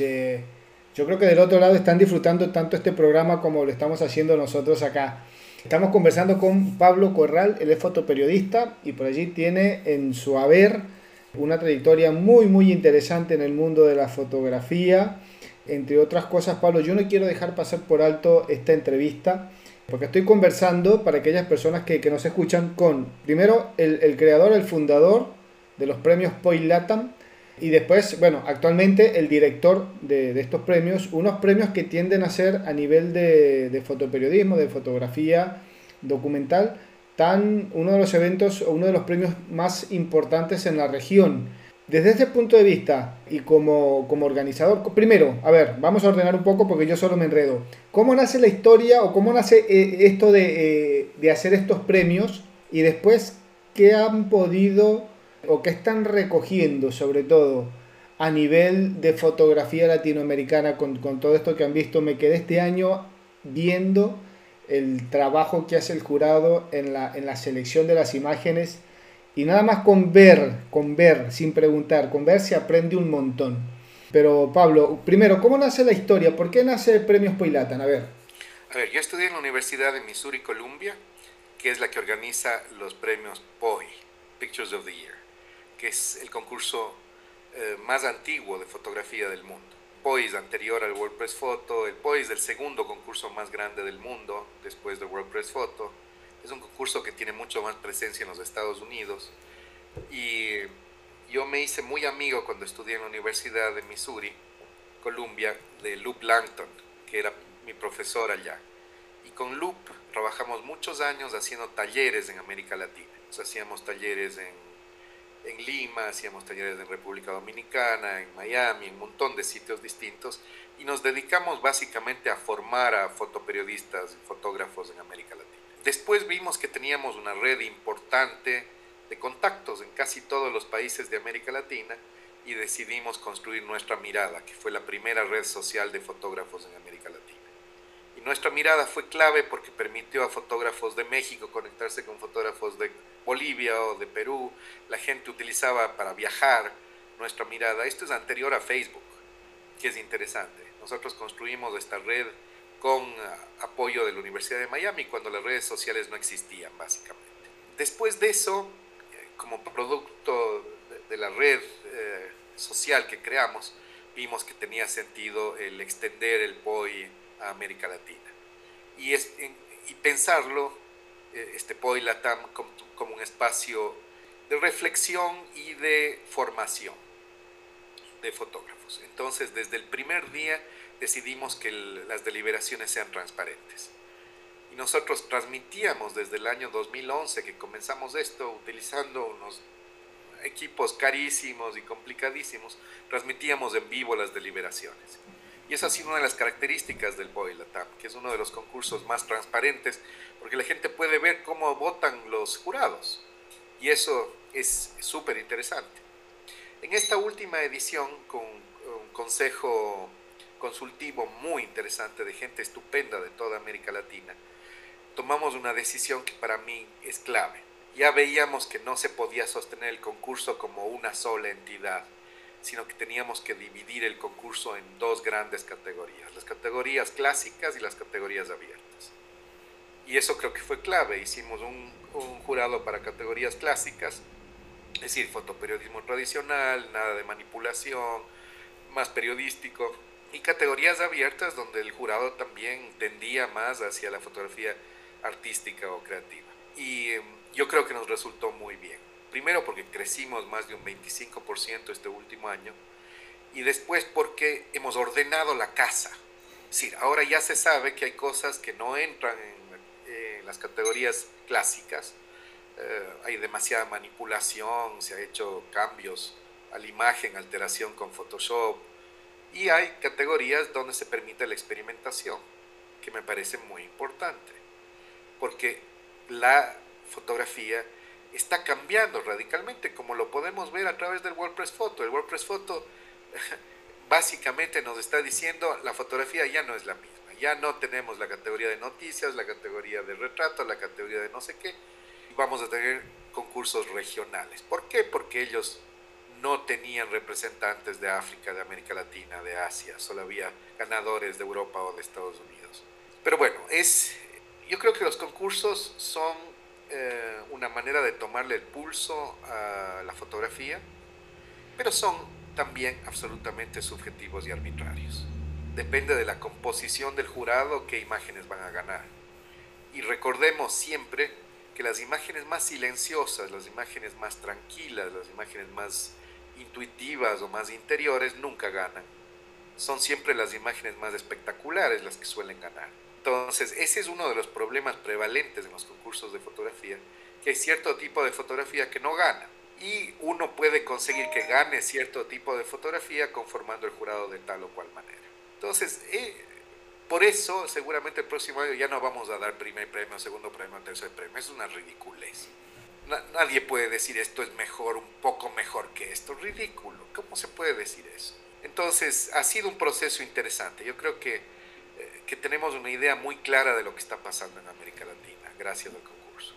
Yo creo que del otro lado están disfrutando tanto este programa como lo estamos haciendo nosotros acá. Estamos conversando con Pablo Corral, él es fotoperiodista y por allí tiene en su haber una trayectoria muy muy interesante en el mundo de la fotografía. Entre otras cosas, Pablo, yo no quiero dejar pasar por alto esta entrevista porque estoy conversando para aquellas personas que nos escuchan con, primero, el creador, el fundador de los premios Poi Latam y después, bueno, actualmente el director de estos premios, unos premios que tienden a ser a nivel de fotoperiodismo, de fotografía documental, uno de los eventos o uno de los premios más importantes en la región. Desde este punto de vista y como organizador, primero, a ver, vamos a ordenar un poco porque yo solo me enredo. ¿Cómo nace la historia o cómo nace esto de hacer estos premios? Y después, ¿qué han podido o qué están recogiendo sobre todo a nivel de fotografía latinoamericana con todo esto que han visto? Me quedé este año viendo el trabajo que hace el jurado en la selección de las imágenes y nada más con ver, sin preguntar, con ver se aprende un montón. Pero Pablo, primero, ¿cómo nace la historia? ¿Por qué nace Premios Poilatan? A ver. A ver, yo estudié en la Universidad de Missouri Columbia, que es la que organiza los premios POI, Pictures of the Year, que es el concurso más antiguo de fotografía del mundo. POI es anterior al World Press Photo, el POI es el segundo concurso más grande del mundo después de World Press Photo. Es un concurso que tiene mucho más presencia en los Estados Unidos y yo me hice muy amigo cuando estudié en la Universidad de Missouri, Columbia, de Luke Langton, que era mi profesor allá. Y con Loop trabajamos muchos años haciendo talleres en América Latina. Hacíamos talleres en Lima, hacíamos talleres en República Dominicana, en Miami, en un montón de sitios distintos. Y nos dedicamos básicamente a formar a fotoperiodistas y fotógrafos en América Latina. Después vimos que teníamos una red importante de contactos en casi todos los países de América Latina y decidimos construir Nuestra Mirada, que fue la primera red social de fotógrafos en América Latina. Y Nuestra Mirada fue clave porque permitió a fotógrafos de México conectarse con fotógrafos de Bolivia o de Perú. La gente utilizaba para viajar Nuestra Mirada. Esto es anterior a Facebook, que es interesante. Nosotros construimos esta red con apoyo de la Universidad de Miami cuando las redes sociales no existían, básicamente. Después de eso, como producto de la red social que creamos, vimos que tenía sentido el extender el POI a América Latina. Y pensarlo, este POI Latam, como un espacio de reflexión y de formación de fotógrafos. Entonces, desde el primer día decidimos que las deliberaciones sean transparentes. Y nosotros transmitíamos desde el año 2011 que comenzamos esto utilizando unos equipos carísimos y complicadísimos, transmitíamos en vivo las deliberaciones. Y esa ha sido una de las características del Boilatam, que es uno de los concursos más transparentes, porque la gente puede ver cómo votan los jurados. Y eso es súper interesante. En esta última edición, con un consejo consultivo muy interesante de gente estupenda de toda América Latina, tomamos una decisión que para mí es clave. Ya veíamos que no se podía sostener el concurso como una sola entidad, sino que teníamos que dividir el concurso en dos grandes categorías, las categorías clásicas y las categorías abiertas. Y eso creo que fue clave. Hicimos un jurado para categorías clásicas, es decir, fotoperiodismo tradicional, nada de manipulación, más periodístico, y categorías abiertas donde el jurado también tendía más hacia la fotografía artística o creativa. Y yo creo que nos resultó muy bien. Primero porque crecimos más de un 25% este último año, y después porque hemos ordenado la casa. Es decir, ahora ya se sabe que hay cosas que no entran en las categorías clásicas. Hay demasiada manipulación, se ha hecho cambios a la imagen, alteración con Photoshop, y hay categorías donde se permite la experimentación, que me parece muy importante, porque la fotografía está cambiando radicalmente, como lo podemos ver a través del WordPress Photo. El WordPress Photo básicamente nos está diciendo la fotografía ya no es la misma, ya no tenemos la categoría de noticias, la categoría de retrato, la categoría de no sé qué, y vamos a tener concursos regionales. ¿Por qué? Porque ellos no tenían representantes de África, de América Latina, de Asia, solo había ganadores de Europa o de Estados Unidos. Pero bueno, yo creo que los concursos son una manera de tomarle el pulso a la fotografía, pero son también absolutamente subjetivos y arbitrarios. Depende de la composición del jurado qué imágenes van a ganar. Y recordemos siempre que las imágenes más silenciosas, las imágenes más tranquilas, las imágenes más intuitivas o más interiores nunca ganan. Son siempre las imágenes más espectaculares las que suelen ganar. Entonces, ese es uno de los problemas prevalentes en los concursos de fotografía, que hay cierto tipo de fotografía que no gana. Y uno puede conseguir que gane cierto tipo de fotografía conformando el jurado de tal o cual manera. Entonces, por eso seguramente el próximo año ya no vamos a dar primer premio, segundo premio, tercer premio. Es una ridiculez. Nadie puede decir esto es mejor, un poco mejor que esto. Ridículo. ¿Cómo se puede decir eso? Entonces, ha sido un proceso interesante. Yo creo que tenemos una idea muy clara de lo que está pasando en América Latina, gracias al concurso.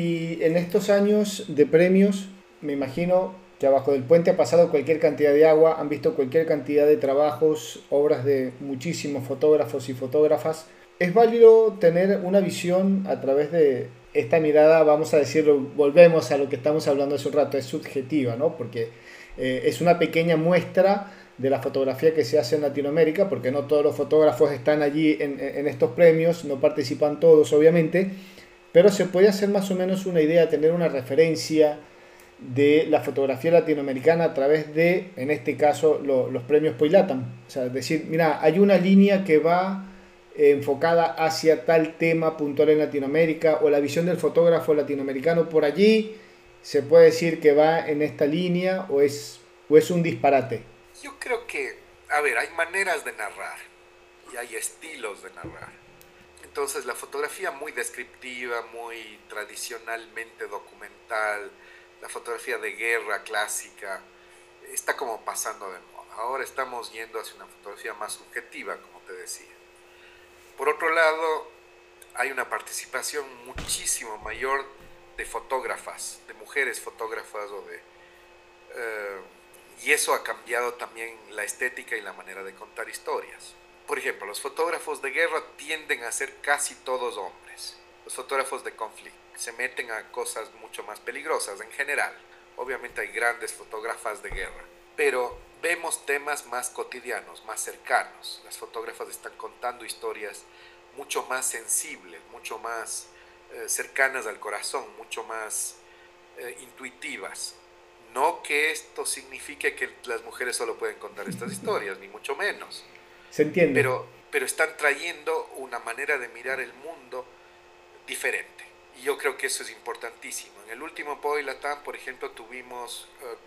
Y en estos años de premios, me imagino que abajo del puente ha pasado cualquier cantidad de agua, han visto cualquier cantidad de trabajos, obras de muchísimos fotógrafos y fotógrafas. Es válido tener una visión a través de esta mirada, vamos a decirlo, volvemos a lo que estamos hablando hace un rato, es subjetiva, ¿no? Porque es una pequeña muestra de la fotografía que se hace en Latinoamérica, porque no todos los fotógrafos están allí en estos premios, no participan todos obviamente, pero se puede hacer más o menos una idea, tener una referencia de la fotografía latinoamericana a través de, en este caso, los premios Poilatam. O sea, decir, mira, hay una línea que va enfocada hacia tal tema puntual en Latinoamérica, o la visión del fotógrafo latinoamericano por allí, se puede decir que va en esta línea, o es un disparate. Yo creo que, a ver, hay maneras de narrar y hay estilos de narrar. Entonces la fotografía muy descriptiva, muy tradicionalmente documental, la fotografía de guerra clásica, está como pasando de moda. Ahora estamos yendo hacia una fotografía más subjetiva, como te decía. Por otro lado, hay una participación muchísimo mayor de fotógrafas, de mujeres fotógrafas y eso ha cambiado también la estética y la manera de contar historias. Por ejemplo, los fotógrafos de guerra tienden a ser casi todos hombres. Los fotógrafos de conflicto se meten a cosas mucho más peligrosas en general. Obviamente hay grandes fotógrafas de guerra, pero vemos temas más cotidianos, más cercanos. Las fotógrafas están contando historias mucho más sensibles, mucho más cercanas al corazón, mucho más intuitivas. No que esto signifique que las mujeres solo pueden contar estas historias, ni mucho menos. ¿Se entiende? Pero están trayendo una manera de mirar el mundo diferente. Y yo creo que eso es importantísimo. En el último Poi Latam, por ejemplo, tuvimos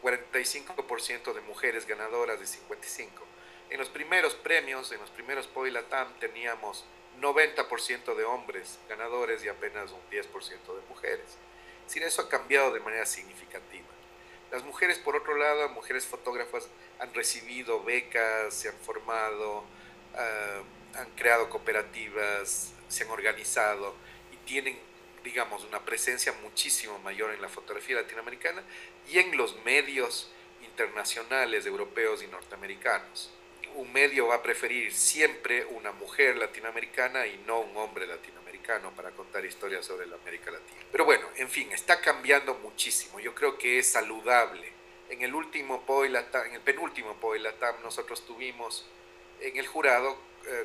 45% de mujeres ganadoras de 55. En los primeros premios, en los primeros Poi Latam, teníamos 90% de hombres ganadores y apenas un 10% de mujeres. Es decir, eso ha cambiado de manera significativa. Las mujeres, por otro lado, mujeres fotógrafas, han recibido becas, se han formado, han creado cooperativas, se han organizado y tienen, digamos, una presencia muchísimo mayor en la fotografía latinoamericana y en los medios internacionales, europeos y norteamericanos. Un medio va a preferir siempre una mujer latinoamericana y no un hombre latinoamericano para contar historias sobre la América Latina. Pero bueno, en fin, está cambiando muchísimo. Yo creo que es saludable. En el último Poi Latam, en el penúltimo Poi Latam, nosotros tuvimos en el jurado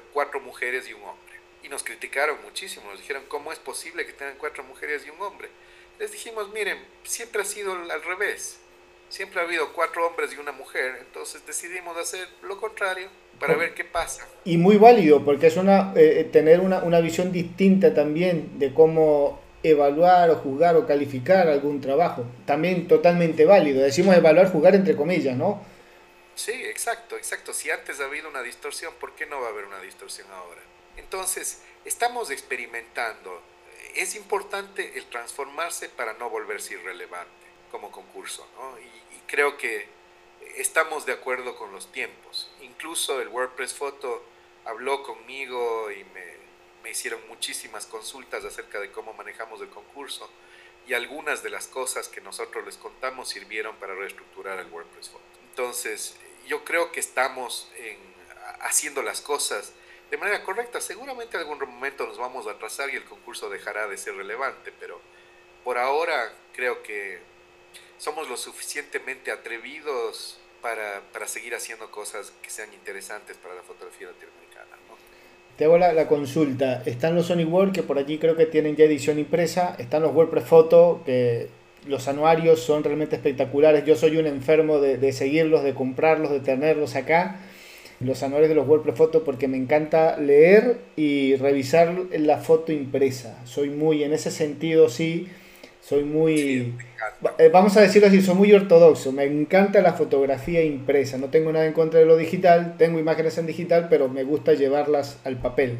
4 mujeres y un hombre. Y nos criticaron muchísimo, nos dijeron, ¿cómo es posible que tengan 4 mujeres y un hombre? Les dijimos, miren, siempre ha sido al revés. Siempre ha habido 4 hombres y una mujer, entonces decidimos hacer lo contrario para ver qué pasa. Y muy válido, porque es tener una visión distinta también de cómo evaluar o juzgar o calificar algún trabajo. También totalmente válido. Decimos evaluar, juzgar entre comillas, ¿no? Sí, exacto, exacto. Si antes ha habido una distorsión, ¿por qué no va a haber una distorsión ahora? Entonces, estamos experimentando. Es importante el transformarse para no volverse irrelevante como concurso, ¿no? Y creo que estamos de acuerdo con los tiempos. Incluso el WordPress Photo habló conmigo y me hicieron muchísimas consultas acerca de cómo manejamos el concurso y algunas de las cosas que nosotros les contamos sirvieron para reestructurar el WordPress Photo. Entonces, yo creo que estamos haciendo las cosas de manera correcta. Seguramente en algún momento nos vamos a atrasar y el concurso dejará de ser relevante, pero por ahora creo que somos lo suficientemente atrevidos para seguir haciendo cosas que sean interesantes para la fotografía latinoamericana, ¿no? Te hago la consulta. Están los Sonic World, que por allí creo que tienen ya edición impresa. Están los WordPress Photo, que los anuarios son realmente espectaculares. Yo soy un enfermo de seguirlos, de comprarlos, de tenerlos acá. Los anuarios de los WordPress Photo, porque me encanta leer y revisar la foto impresa. Soy muy, en ese sentido sí, soy muy, vamos a decirlo así, soy muy ortodoxo. Me encanta la fotografía impresa. No tengo nada en contra de lo digital, tengo imágenes en digital, pero me gusta llevarlas al papel.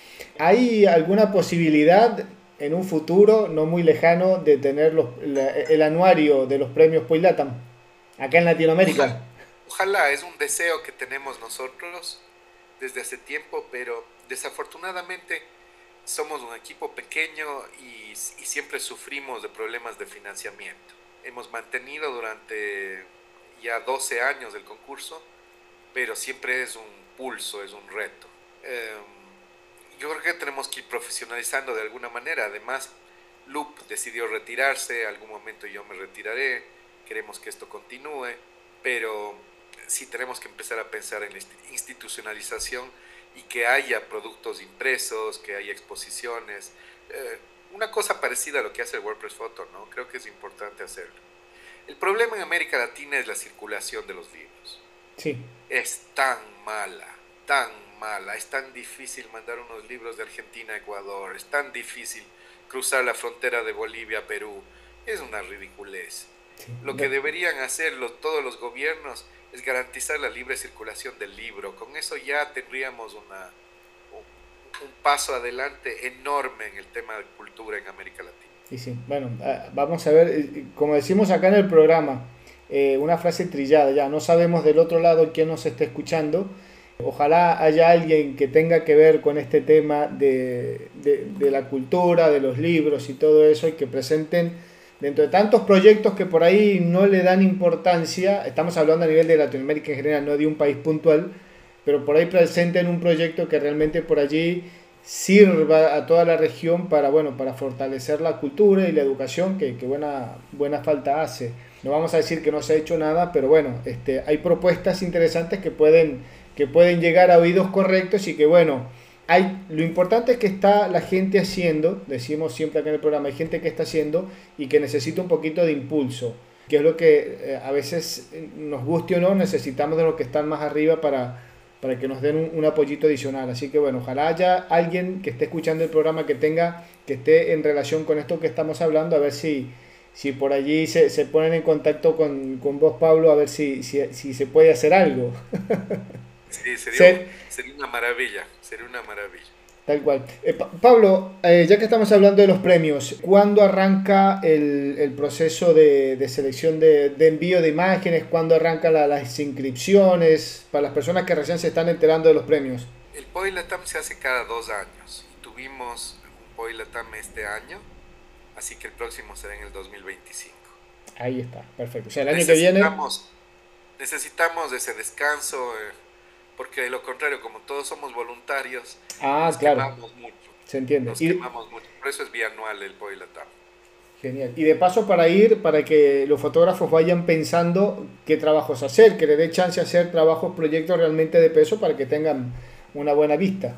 ¿Hay alguna posibilidad en un futuro no muy lejano de tener el anuario de los premios Poi Latam acá en Latinoamérica? Ojalá, es un deseo que tenemos nosotros desde hace tiempo, pero desafortunadamente somos un equipo pequeño y siempre sufrimos de problemas de financiamiento. Hemos mantenido durante ya 12 años el concurso, pero siempre es un pulso, es un reto. Yo creo que tenemos que ir profesionalizando de alguna manera. Además, Loop decidió retirarse, algún momento yo me retiraré, queremos que esto continúe, pero sí tenemos que empezar a pensar en la institucionalización y que haya productos impresos, que haya exposiciones, una cosa parecida a lo que hace el WordPress Photo, ¿no? Creo que es importante hacerlo. El problema en América Latina es la circulación de los libros. Sí. Es tan mala, es tan difícil mandar unos libros de Argentina a Ecuador, es tan difícil cruzar la frontera de Bolivia a Perú, es una ridiculez. Sí. Lo que deberían hacer todos los gobiernos es garantizar la libre circulación del libro. Con eso ya tendríamos un paso adelante enorme en el tema de cultura en América Latina. Y sí, bueno, vamos a ver, como decimos acá en el programa, una frase trillada, ya no sabemos del otro lado quién nos está escuchando. Ojalá haya alguien que tenga que ver con este tema de la cultura, de los libros y todo eso, y que presenten dentro de tantos proyectos que por ahí no le dan importancia. Estamos hablando a nivel de Latinoamérica en general, no de un país puntual, pero por ahí presenten un proyecto que realmente por allí sirva a toda la región para, bueno, para fortalecer la cultura y la educación, que buena falta hace. No vamos a decir que no se ha hecho nada, pero bueno, hay propuestas interesantes que pueden llegar a oídos correctos y que, bueno, lo importante es que está la gente haciendo, decimos siempre acá en el programa, hay gente que está haciendo y que necesita un poquito de impulso, que es lo que a veces nos guste o no, necesitamos de los que están más arriba para que nos den un apoyito adicional. Así que bueno, ojalá haya alguien que esté escuchando el programa que tenga que esté en relación con esto que estamos hablando, a ver si por allí se ponen en contacto con vos, Pablo, a ver si se puede hacer algo. Sí, Se- sería una maravilla, sería una maravilla. Tal cual. Pablo, ya que estamos hablando de los premios, ¿cuándo arranca el proceso de selección de envío de imágenes? ¿Cuándo arrancan las inscripciones para las personas que recién se están enterando de los premios? El Poilatam se hace cada 2 años y tuvimos un Poilatam este año, así que el próximo será en el 2025. Ahí está, perfecto. O sea, el año que viene... Necesitamos, necesitamos ese descanso, porque de lo contrario, como todos somos voluntarios, Ah, nos claro, quemamos mucho, se entiende. nos Y, quemamos mucho. Por eso es bianual el Poilatam. genial. Y de paso para ir, para que los fotógrafos vayan pensando qué trabajos hacer, que le dé chance a hacer trabajos, proyectos realmente de peso para que tengan una buena vista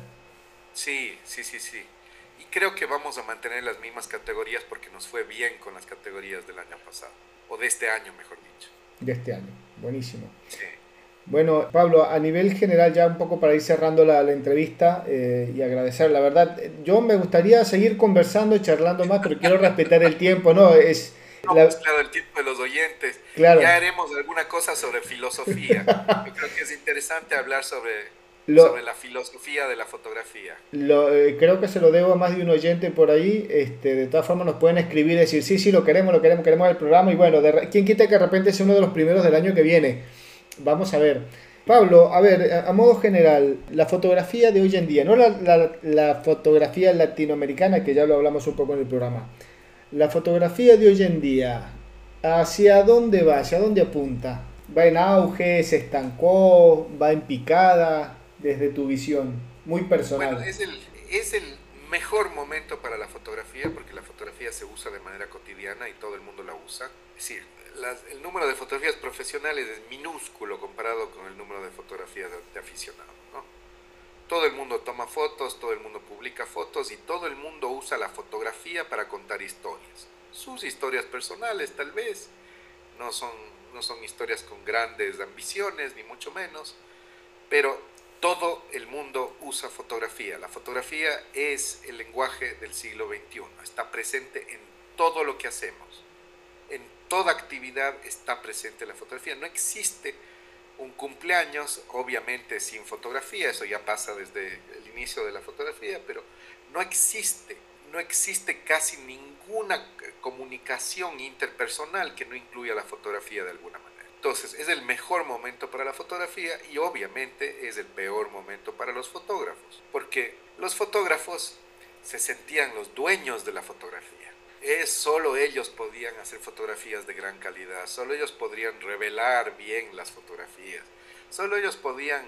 Sí, sí, sí, sí. Y creo que vamos a mantener las mismas categorías porque nos fue bien con las categorías del año pasado, o de este año, mejor dicho. de este año. Buenísimo. Sí. Bueno, Pablo, a nivel general, ya un poco para ir cerrando la entrevista y agradecer, la verdad, yo me gustaría seguir conversando y charlando más, pero quiero respetar el tiempo, ¿no? No, pues claro, el tiempo de los oyentes. Claro, Ya haremos alguna cosa sobre filosofía. Yo creo que es interesante hablar sobre lo, la filosofía de la fotografía. creo que se lo debo a más de un oyente por ahí, de todas formas nos pueden escribir y decir, sí, sí, lo queremos, lo queremos, queremos el programa, y bueno, ¿quién quita que de repente sea uno de los primeros del año que viene? Vamos a ver. Pablo, a ver, a modo general, la fotografía de hoy en día, no la fotografía latinoamericana, que ya lo hablamos un poco en el programa, la fotografía de hoy en día, ¿hacia dónde va? ¿Hacia dónde apunta? ¿Va en auge? ¿Se estancó? ¿Va en picada? Desde tu visión, muy Bueno, personal. es el mejor momento para la fotografía porque la fotografía se usa de manera cotidiana y todo el mundo la usa. Es decir, el número de fotografías profesionales es minúsculo comparado con el número de fotografías de aficionados, ¿no? Todo el mundo toma fotos, todo el mundo publica fotos y todo el mundo usa la fotografía para contar historias. Sus historias personales tal vez no son, no son historias con grandes ambiciones, ni mucho menos, pero todo el mundo usa fotografía. La fotografía es el lenguaje del siglo XXI, está presente en todo lo que hacemos. En toda actividad está presente la fotografía. No existe un cumpleaños, obviamente sin fotografía, eso ya pasa desde el inicio de la fotografía, pero no existe, no existe casi ninguna comunicación interpersonal que no incluya la fotografía de alguna manera. Entonces, es el mejor momento para la fotografía y obviamente es el peor momento para los fotógrafos, porque los fotógrafos se sentían los dueños de la fotografía. Solo ellos podían hacer fotografías de gran calidad, solo ellos podrían revelar bien las fotografías, solo ellos podían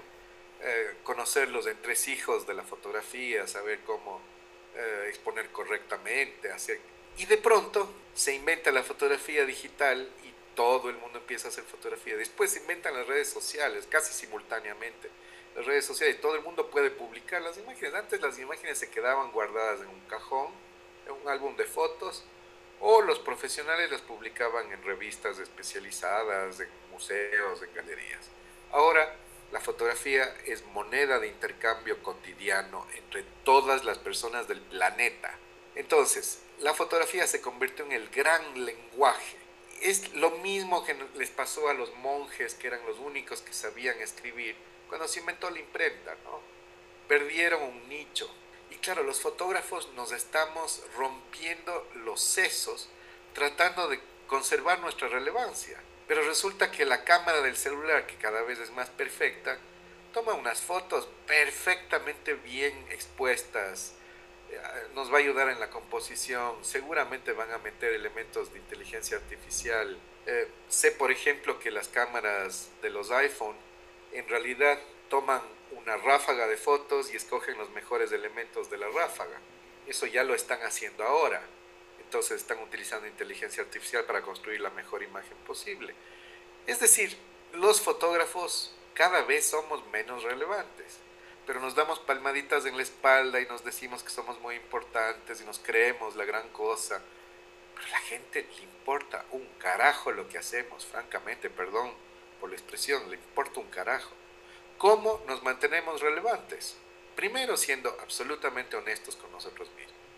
conocer los entresijos de la fotografía, saber cómo exponer correctamente, hacer... Y de pronto se inventa la fotografía digital y todo el mundo empieza a hacer fotografía. Después se inventan las redes sociales, casi simultáneamente. Las redes sociales y todo el mundo puede publicar las imágenes. Antes las imágenes se quedaban guardadas en un cajón, en un álbum de fotos, o los profesionales las publicaban en revistas especializadas, en museos, en galerías. Ahora la fotografía es moneda de intercambio cotidiano entre todas las personas del planeta. Entonces, la fotografía se convirtió en el gran lenguaje. Es lo mismo que les pasó a los monjes, que eran los únicos que sabían escribir, cuando se inventó la imprenta, ¿no? Perdieron un nicho. Y claro, los fotógrafos nos estamos rompiendo los sesos tratando de conservar nuestra relevancia. Pero resulta que la cámara del celular, que cada vez es más perfecta, toma unas fotos perfectamente bien expuestas, nos va a ayudar en la composición, seguramente van a meter elementos de inteligencia artificial. Sé, por ejemplo, que las cámaras de los iPhone en realidad toman una ráfaga de fotos y escogen los mejores elementos de la ráfaga. Eso ya lo están haciendo ahora. Entonces están utilizando inteligencia artificial para construir la mejor imagen posible. Es decir, los fotógrafos cada vez somos menos relevantes, pero nos damos palmaditas en la espalda y nos decimos que somos muy importantes y nos creemos la gran cosa. Pero a la gente le importa un carajo lo que hacemos, francamente, perdón por la expresión, le importa un carajo. ¿Cómo nos mantenemos relevantes? Primero, siendo absolutamente honestos con nosotros mismos.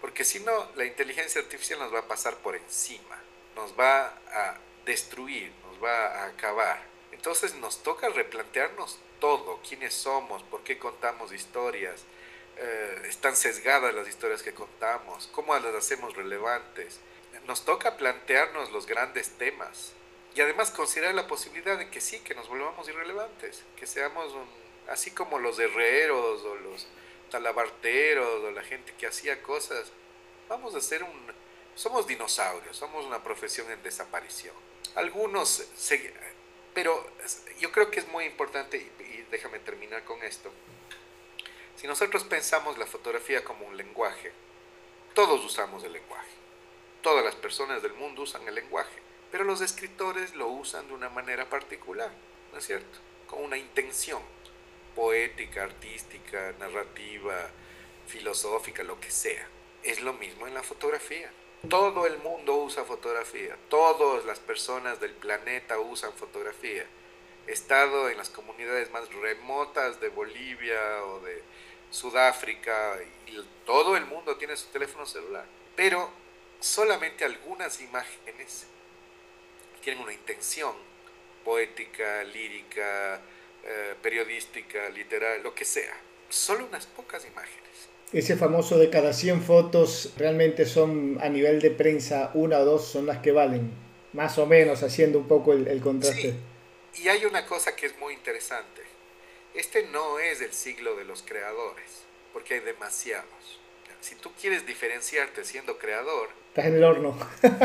porque si no, la inteligencia artificial nos va a pasar por encima, nos va a destruir, nos va a acabar. Entonces nos toca replantearnos todo, quiénes somos, por qué contamos historias, están sesgadas las historias que contamos, cómo las hacemos relevantes. Nos toca plantearnos los grandes temas y además considerar la posibilidad de que sí, que nos volvamos irrelevantes, que seamos así como los herreros o los talabarteros o la gente que hacía cosas. Vamos a ser somos dinosaurios, somos una profesión en desaparición. Algunos, pero yo creo que es muy importante, y déjame terminar con esto. Si nosotros pensamos la fotografía como un lenguaje, todos usamos el lenguaje. Todas las personas del mundo usan el lenguaje, pero los escritores lo usan de una manera particular, ¿no es cierto? Con una intención poética, artística, narrativa, filosófica, lo que sea. Es lo mismo en la fotografía. Todo el mundo usa fotografía, todas las personas del planeta usan fotografía. He estado en las comunidades más remotas de Bolivia o de Sudáfrica y todo el mundo tiene su teléfono celular, pero solamente algunas imágenes tienen una intención poética, lírica, periodística, literaria, lo que sea. Solo unas pocas imágenes. Ese famoso de cada 100 fotos realmente son a nivel de prensa, una o dos son las que valen, más o menos haciendo un poco el contraste. Sí, y hay una cosa que es muy interesante. Este no es el siglo de los creadores, porque hay demasiados. Si tú quieres diferenciarte siendo creador, estás en el horno.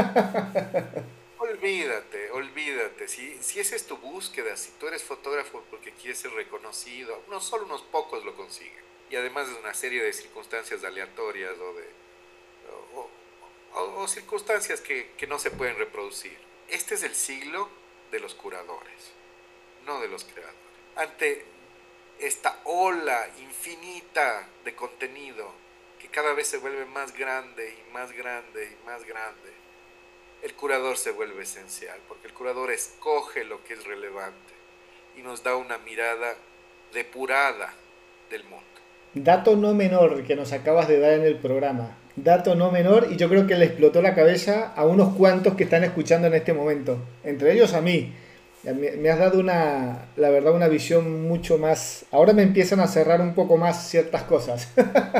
Olvídate. Si esa es tu búsqueda, si tú eres fotógrafo porque quieres ser reconocido, solo unos pocos lo consiguen. Y además de una serie de circunstancias aleatorias o circunstancias que no se pueden reproducir. Este es el siglo de los curadores, no de los creadores. Ante esta ola infinita de contenido que cada vez se vuelve más grande y más grande y más grande, el curador se vuelve esencial, porque el curador escoge lo que es relevante y nos da una mirada depurada del mundo. Dato no menor que nos acabas de dar en el programa. Dato no menor, y yo creo que le explotó la cabeza a unos cuantos que están escuchando en este momento. Entre ellos a mí. Me has dado la verdad, una visión mucho más... Ahora me empiezan a cerrar un poco más ciertas cosas.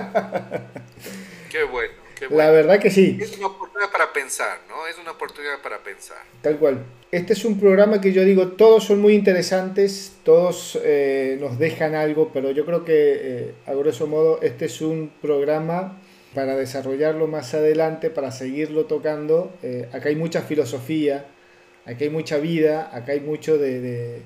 Qué bueno. La verdad que sí. Es una oportunidad para pensar, ¿no? Es una oportunidad para pensar. Tal cual. Este es un programa que yo digo, todos son muy interesantes, todos nos dejan algo, pero yo creo que, a grosso modo, este es un programa para desarrollarlo más adelante, para seguirlo tocando. Acá hay mucha filosofía, acá hay mucha vida, acá hay mucho de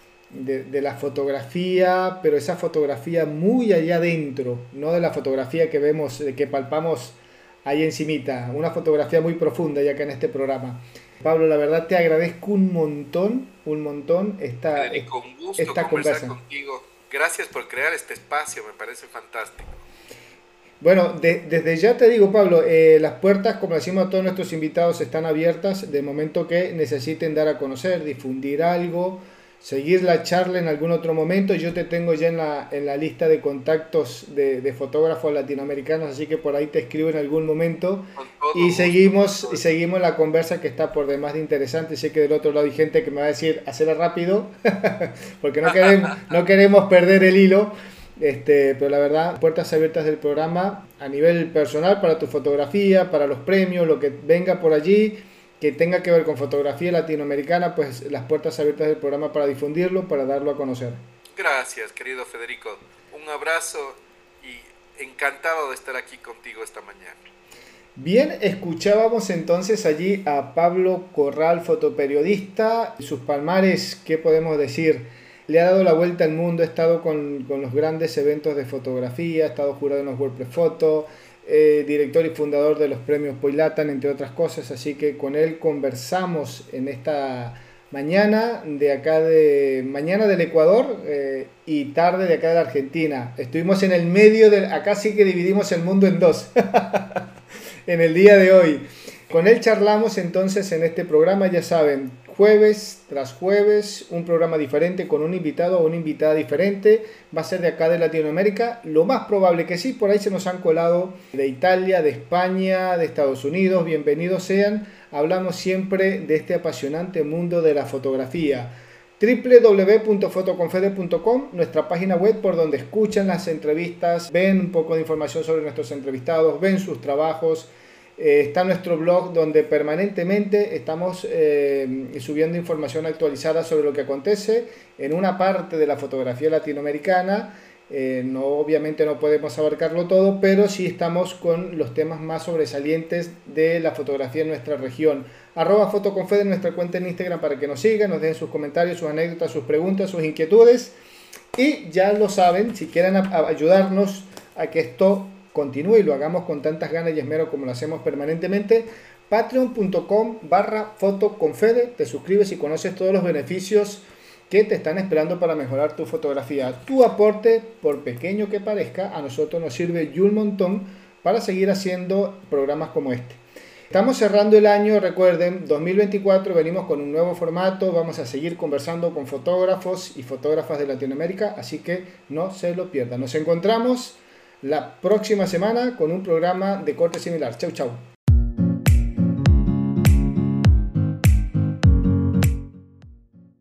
la fotografía, pero esa fotografía muy allá adentro, no de la fotografía que vemos, que palpamos ahí encimita, una fotografía muy profunda ya que en este programa. Pablo, la verdad te agradezco un montón Federico, un gusto conversar contigo. Gracias por crear este espacio, me parece fantástico. Bueno, desde ya te digo, Pablo, las puertas, como decimos a todos nuestros invitados, están abiertas de momento que necesiten dar a conocer, difundir algo, seguir la charla en algún otro momento. Yo te tengo ya en la lista de contactos de fotógrafos latinoamericanos, así que por ahí te escribo en algún momento y seguimos la conversa, que está por demás de interesante. Sé que del otro lado hay gente que me va a decir, hazla rápido, porque no queremos perder el hilo. Pero la verdad, puertas abiertas del programa a nivel personal para tu fotografía, para los premios, lo que venga por allí que tenga que ver con fotografía latinoamericana, pues las puertas abiertas del programa para difundirlo, para darlo a conocer. Gracias, querido Federico. Un abrazo y encantado de estar aquí contigo esta mañana. Bien, escuchábamos entonces allí a Pablo Corral, fotoperiodista. Sus palmares, ¿qué podemos decir? Le ha dado la vuelta al mundo, ha estado con los grandes eventos de fotografía, ha estado jurado en los WordPress Photo, director y fundador de los premios Poilatan, entre otras cosas, así que con él conversamos en esta mañana mañana del Ecuador y tarde de acá de la Argentina. Estuvimos en el medio acá sí que dividimos el mundo en dos en el día de hoy. Con él charlamos entonces en este programa, ya saben, jueves tras jueves, un programa diferente con un invitado o una invitada diferente. Va a ser de acá de Latinoamérica. Lo más probable que sí, por ahí se nos han colado de Italia, de España, de Estados Unidos. Bienvenidos sean. Hablamos siempre de este apasionante mundo de la fotografía. www.fotoconfede.com, nuestra página web por donde escuchan las entrevistas, ven un poco de información sobre nuestros entrevistados, ven sus trabajos. Está nuestro blog donde permanentemente estamos subiendo información actualizada sobre lo que acontece en una parte de la fotografía latinoamericana. Obviamente no podemos abarcarlo todo, pero sí estamos con los temas más sobresalientes de la fotografía en nuestra región. @fotoconfede en nuestra cuenta en Instagram para que nos sigan, nos dejen sus comentarios, sus anécdotas, sus preguntas, sus inquietudes. Y ya lo saben, si quieren ayudarnos a que esto continúe y lo hagamos con tantas ganas y esmero como lo hacemos permanentemente, patreon.com/fotoconfede, te suscribes y conoces todos los beneficios que te están esperando para mejorar tu fotografía. Tu aporte, por pequeño que parezca, a nosotros nos sirve y un montón para seguir haciendo programas como este. Estamos cerrando el año, recuerden, 2024, venimos con un nuevo formato, vamos a seguir conversando con fotógrafos y fotógrafas de Latinoamérica, así que no se lo pierdan. Nos encontramos la próxima semana con un programa de corte similar. Chau, chau.